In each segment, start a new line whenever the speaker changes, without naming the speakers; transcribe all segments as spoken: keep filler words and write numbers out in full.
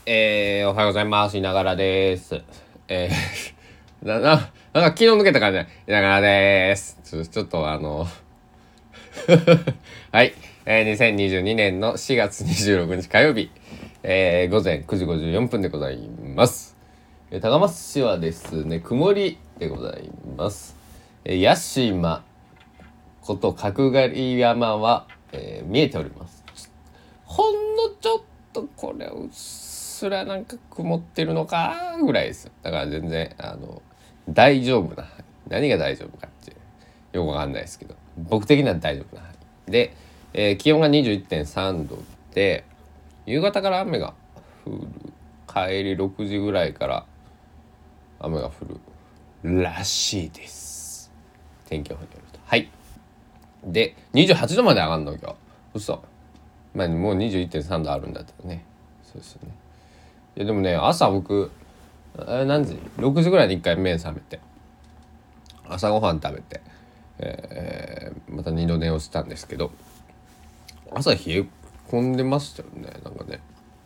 えー、おはようございます。いながらです。えー、な、な、なんか気の抜けた感じだ。いながらです。ちょ、ちょっとあの、はい。えー、にせんにじゅうにねんのしがつにじゅうろくにち火曜日、えー、午前くじごじゅうよんぷんでございます。えー、高松市はですね、曇りでございます。えー、屋島こと角刈山は、えー、見えております。ほんのちょっとこれうっすらなんか曇ってるのかぐらいですよ。だから全然あの大丈夫な範囲、何が大丈夫かっていうよくわかんないですけど、僕的には大丈夫な範囲で、えー、気温が にじゅういってんさんどで、夕方から雨が降る、帰りろくじぐらいから雨が降るらしいです。天気予報によると。はい。でにじゅうはちどまで上がるの今日。嘘。まあもう にじゅういってんさんどあるんだったらね。そうですよね。いやでもね、朝僕え何時ろくじぐらいに一回目覚めて朝ごはん食べて、えー、また二度寝をしたんですけど、朝冷え込んでましたよね。なんかね、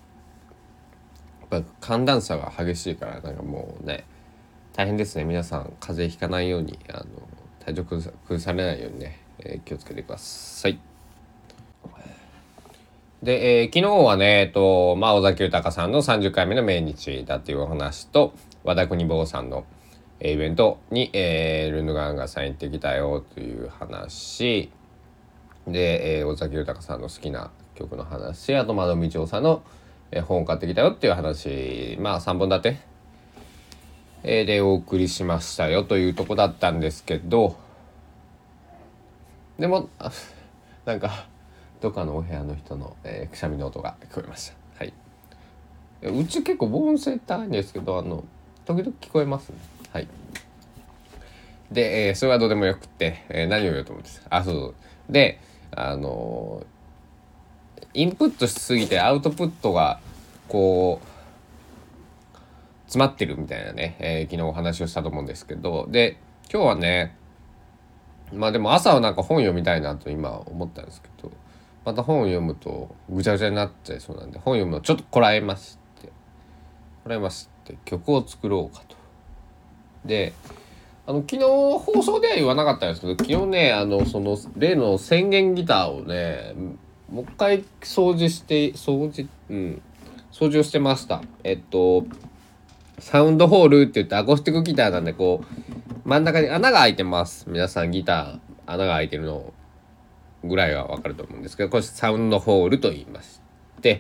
やっぱ寒暖差が激しいから、なんかもうね大変ですね。皆さん風邪ひかないように、あの体調崩さ、崩されないようにね、えー、気をつけてください。で、えー、昨日はね、えっと、まあ、尾崎豊さんのさんじゅっかいめの命日だっていうお話と、和田国坊さんの、えー、イベントに、えー、ルンドガンガさん行ってきたよという話で、えー、尾崎豊さんの好きな曲の話、あと窓道夫さんの、えー、本を買ってきたよっていう話、まあさんぼん立て、えー、でお送りしましたよというとこだったんですけど、でもなんかどっかのお部屋の人の、えー、くしゃみの音が聞こえました。はい。うち結構防音性高いんですけど、あの時々聞こえますね。はい。で、えー、それはどうでもよくて、えー、何を言おうと思ってあそうそうであのー、インプットしすぎてアウトプットがこう詰まってるみたいなね、えー、昨日お話をしたと思うんですけど、で今日はね、まあでも朝はなんか本読みたいなと今思ったんですけど、また本を読むとぐちゃぐちゃになっちゃいそうなんで、本読むのちょっとこらえましてこらえまして曲を作ろうかと。であの昨日放送では言わなかったんですけど、昨日ねあのその例の宣言ギターをねもう一回掃除して掃除うん掃除をしてました。えっとサウンドホールって言ってアコースティックギターなんで、こう真ん中に穴が開いてます。皆さんギター穴が開いてるのぐらいはわかると思うんですけど、これサウンドホールと言いまして、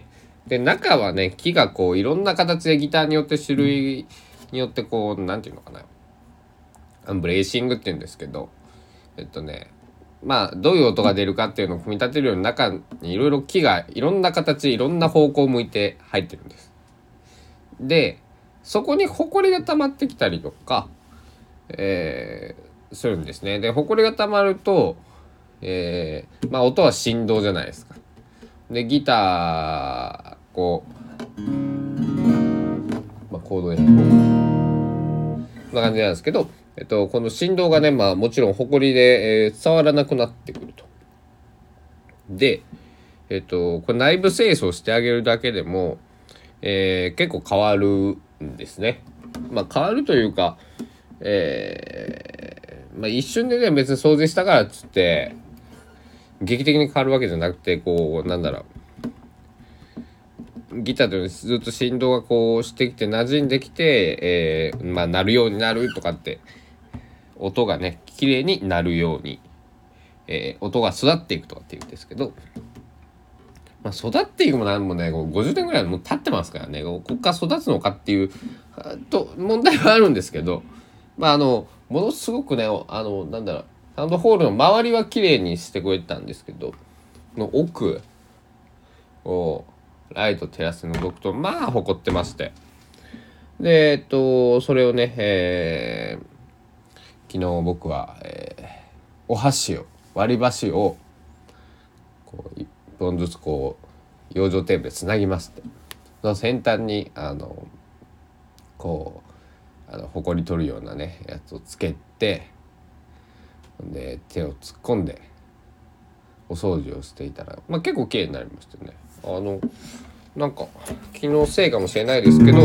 で中はね木がこういろんな形でギターによって種類によってこうなんていうのかな、ブレーシングって言うんですけど、えっとねまあどういう音が出るかっていうのを組み立てるように中にいろいろ木がいろんな形いろんな方向を向いて入ってるんです。でそこにホコリが溜まってきたりとか、えー、するんですね。でホコリが溜まると、えー、まあ音は振動じゃないですか。でギターこう、まあ、コードでこうこんな感じなんですけど、えっと、この振動がね、まあもちろんホコリで、えー、伝わらなくなってくると。で、えっと、これ内部清掃してあげるだけでも、えー、結構変わるんですね。まあ変わるというか、えー、まあ一瞬でね別に掃除したからっつって劇的に変わるわけじゃなくて、こうなんだろう、ギターでずっと振動がこうしてきて馴染んできて、えー、まあ鳴るようになるとかって、音がね綺麗になるように、えー、音が育っていくとかっていうんですけど、まあ、育っていくもなんもねごじゅうねんぐらいもう経ってますからね、ここから育つのかっていうと問題はあるんですけど、まああのものすごくねあのなんだろう、サウンドホールの周りは綺麗にしてくれたんですけど、の奥をライト照らして覗くとまあ埃ってまして、でえっとそれをね、えー、昨日僕は、えー、お箸を割り箸をこう一本ずつこう養生テープでつなぎますって、その先端にあのこうあのほこり取るようなねやつをつけて、で手を突っ込んでお掃除をしていたら、まあ、結構綺麗になりましたよね。あのなんか気のせいかもしれないですけど、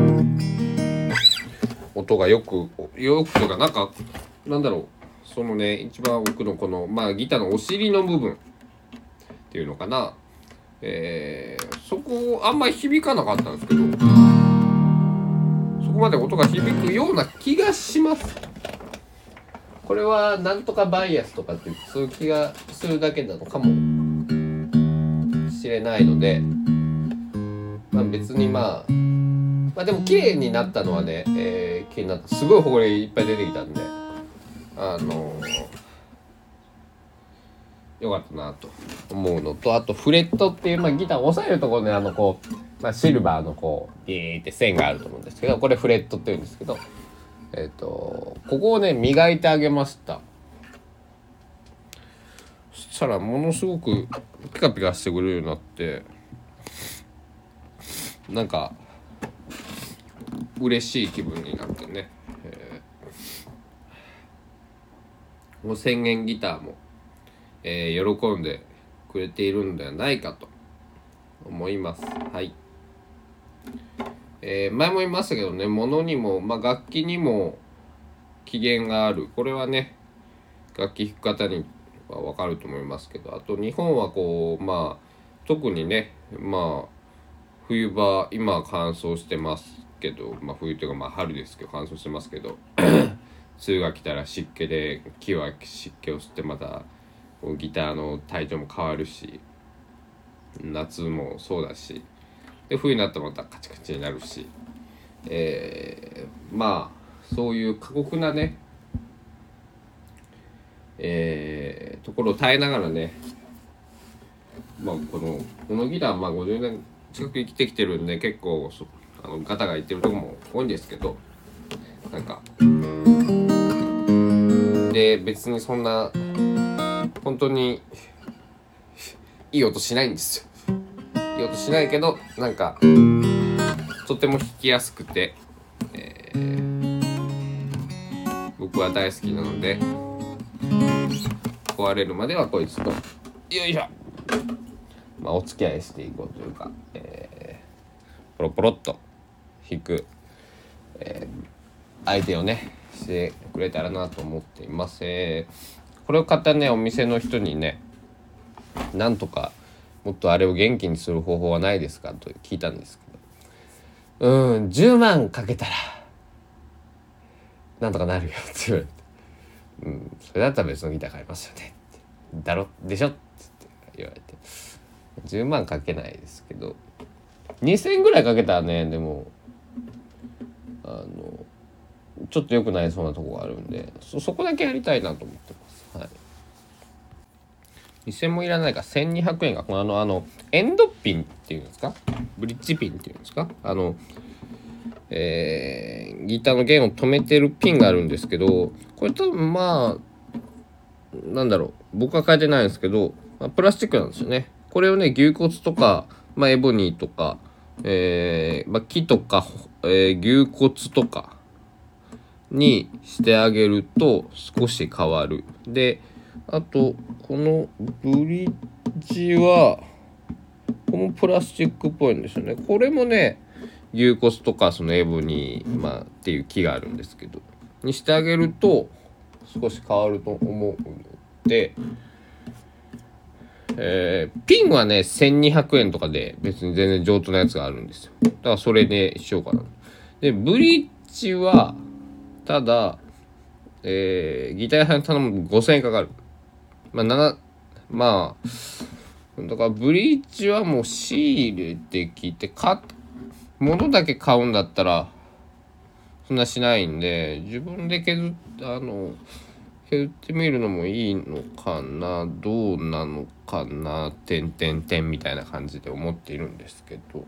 音がよくよくとかなんかなんだろう、そのね一番奥のこのまあギターのお尻の部分っていうのかな、えー、そこあんまり響かなかったんですけど、そこまで音が響くような気がします。これはなんとかバイアスとかってそういう気がするだけなのかもしれないので、まあ、別にまあまあでも綺麗になったのはね、えー、綺麗になった。すごいほこりいっぱい出てきたんで、あのー、よかったなと思うのと、あとフレットっていう、まあ、ギターを押さえるところで、ね、あのこう、まあ、シルバーのこうビーって線があると思うんですけど、これフレットっていうんですけど、えっとここをね磨いてあげました。そしたらものすごくピカピカしてくれるようになって、なんか嬉しい気分になってね、えー、もう宣言ギターも、えー、喜んでくれているんではないかと思います。はい、えー、前も言いましたけどね、物にも、まあ、楽器にも起源がある。これはね楽器弾く方には分かると思いますけど、あと日本はこうまあ特にね、まあ冬場今は乾燥してますけど、まあ冬というかまあ春ですけど乾燥してますけど梅雨が来たら湿気で木は湿気を吸ってまたギターの体調も変わるし、夏もそうだし、で冬になったらまたカチカチになるし、えー、まあそういう過酷なね、えー、ところを耐えながらね、まあこのこのギターまあごじゅうねん近く生きてきてるんで結構あのガタがいってるところも多いんですけど、なんかで別にそんな本当にいい音しないんですよ。いい音しないけどなんかとても弾きやすくて、えー、僕は大好きなので壊れるまではこいつとよいしょ、まあ、お付き合いしていこうというか、えー、ポロポロっと弾く、えー、相手をねしてくれたらなと思っています。えー、これを買ったねお店の人にね、なんとかもっとあれを元気にする方法はないですかと聞いたんですけど、うーんじゅうまんかけたらなんとかなるよって言われて、うん、それだったら別のギター買いますよねってだろでしょって言われて、じゅうまんかけないですけどにせんえんぐらいかけたらね、でもあのちょっと良くなりそうなとこがあるんで、 そ, そこだけやりたいなと思ってます。はい、にせんえんもいらないかせんにひゃくえんがこのあのあのエンドピンっていうんですか、ブリッジピンっていうんですか、あのえー、ギターの弦を止めてるピンがあるんですけど、これ多分まあなんだろう、僕は変えてないんですけど、まあ、プラスチックなんですよね。これをね牛骨とか、まあ、エボニーとか、えーまあ、木とか、えー、牛骨とかにしてあげると少し変わる。であとこのブリッジはこのプラスチックっぽいんですよね。これもね牛骨とかそのエボニー、まあ、っていう木があるんですけどにしてあげると少し変わると思うので、えー、ピンはねせんにひゃくえんとかで別に全然上等なやつがあるんですよ。だからそれでしようかな。でブリッジはただ、えー、ギター屋さんに頼むごせんえんかかる。まあななまあだからブリッジはもう仕入れてきてか物だけ買うんだったらそんなしないんで、自分で削っあの削ってみるのもいいのかな、どうなのかな、てんてんてんみたいな感じで思っているんですけど、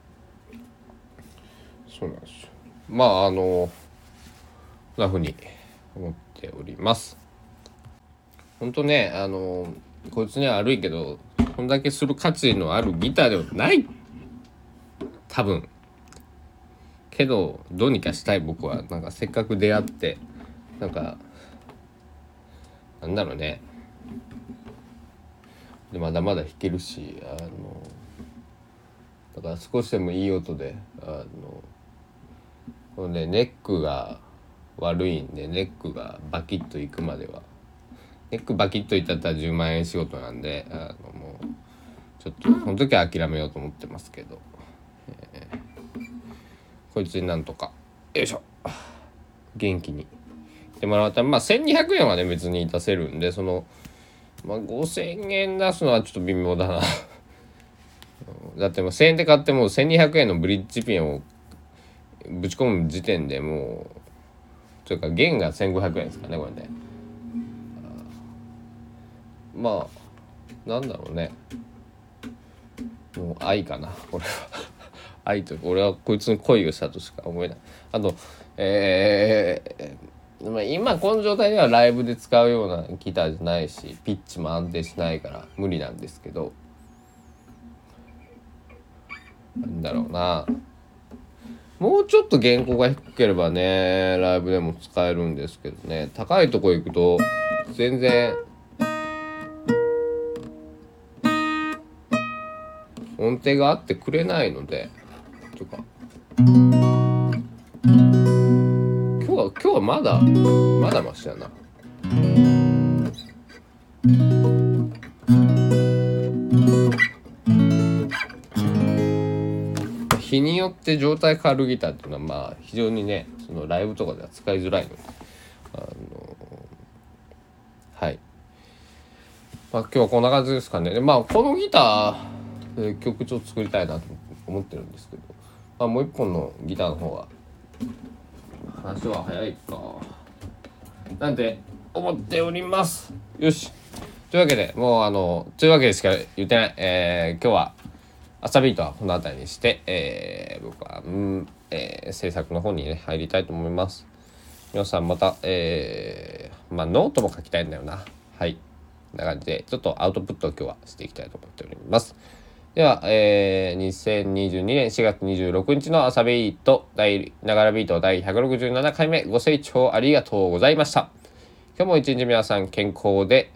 そうなんですよ。まああのそんな風に思っております。ほんとね、あのこいつには悪いけどこんだけする価値のあるギターではない多分けど、どうにかしたい。僕はなんかせっかく出会ってなんかなんだろうね、でまだまだ弾けるし、あのだから少しでもいい音であのこのねネックが悪いんで、ネックがバキッといくまでは、ネックバキッといったったらじゅうまんえん仕事なんで、あのもうちょっとその時は諦めようと思ってますけど、えー、こいつになんとかよいしょ元気にしてもらったら、まあせんにひゃくえんはね別に出せるんで、その、まあ、ごせんえん出すのはちょっと微妙だなだってもうせんえんで買ってもうせんにひゃくえんのブリッジピンをぶち込む時点でもうというか弦がせんごひゃくえんですかねこれね。まあなんだろうね、もう愛かなこれは愛と俺はこいつに恋をしたとしか思えない。あとえー、まあ、今この状態ではライブで使うようなギターじゃないし、ピッチも安定しないから無理なんですけど、なんだろうな、もうちょっと原稿が低ければねライブでも使えるんですけどね、高いとこ行くと全然音程があってくれないので、とか今日は今日はまだまだマシだな。日によって状態変わるギターっていうのはまあ非常にねそのライブとかでは使いづらいので、あのはい、まあ、今日はこんな感じですかね。でまあこのギター曲ちょっと作りたいなと思ってるんですけど、まあ、もう一本のギターの方は話は早いかなんて思っております。よし、というわけでもうあのというわけでしか言ってない、えー、今日は朝ビートはこの辺りにして、えー、僕は、うんえー、制作の方にね入りたいと思います。皆さんまた、えー、まあノートも書きたいんだよな。はい、こんな感じでちょっとアウトプットを今日はしていきたいと思っております。では、えー、にせんにじゅうにねんしがつにじゅうろくにちの朝ビート大ながらビート第ひゃくろくじゅうななかいめご清聴ありがとうございました。今日も一日皆さん健康で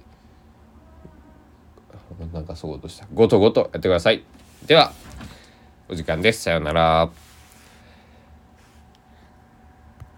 なんかそうとしたごとごとやってください。ではお時間です。さようなら。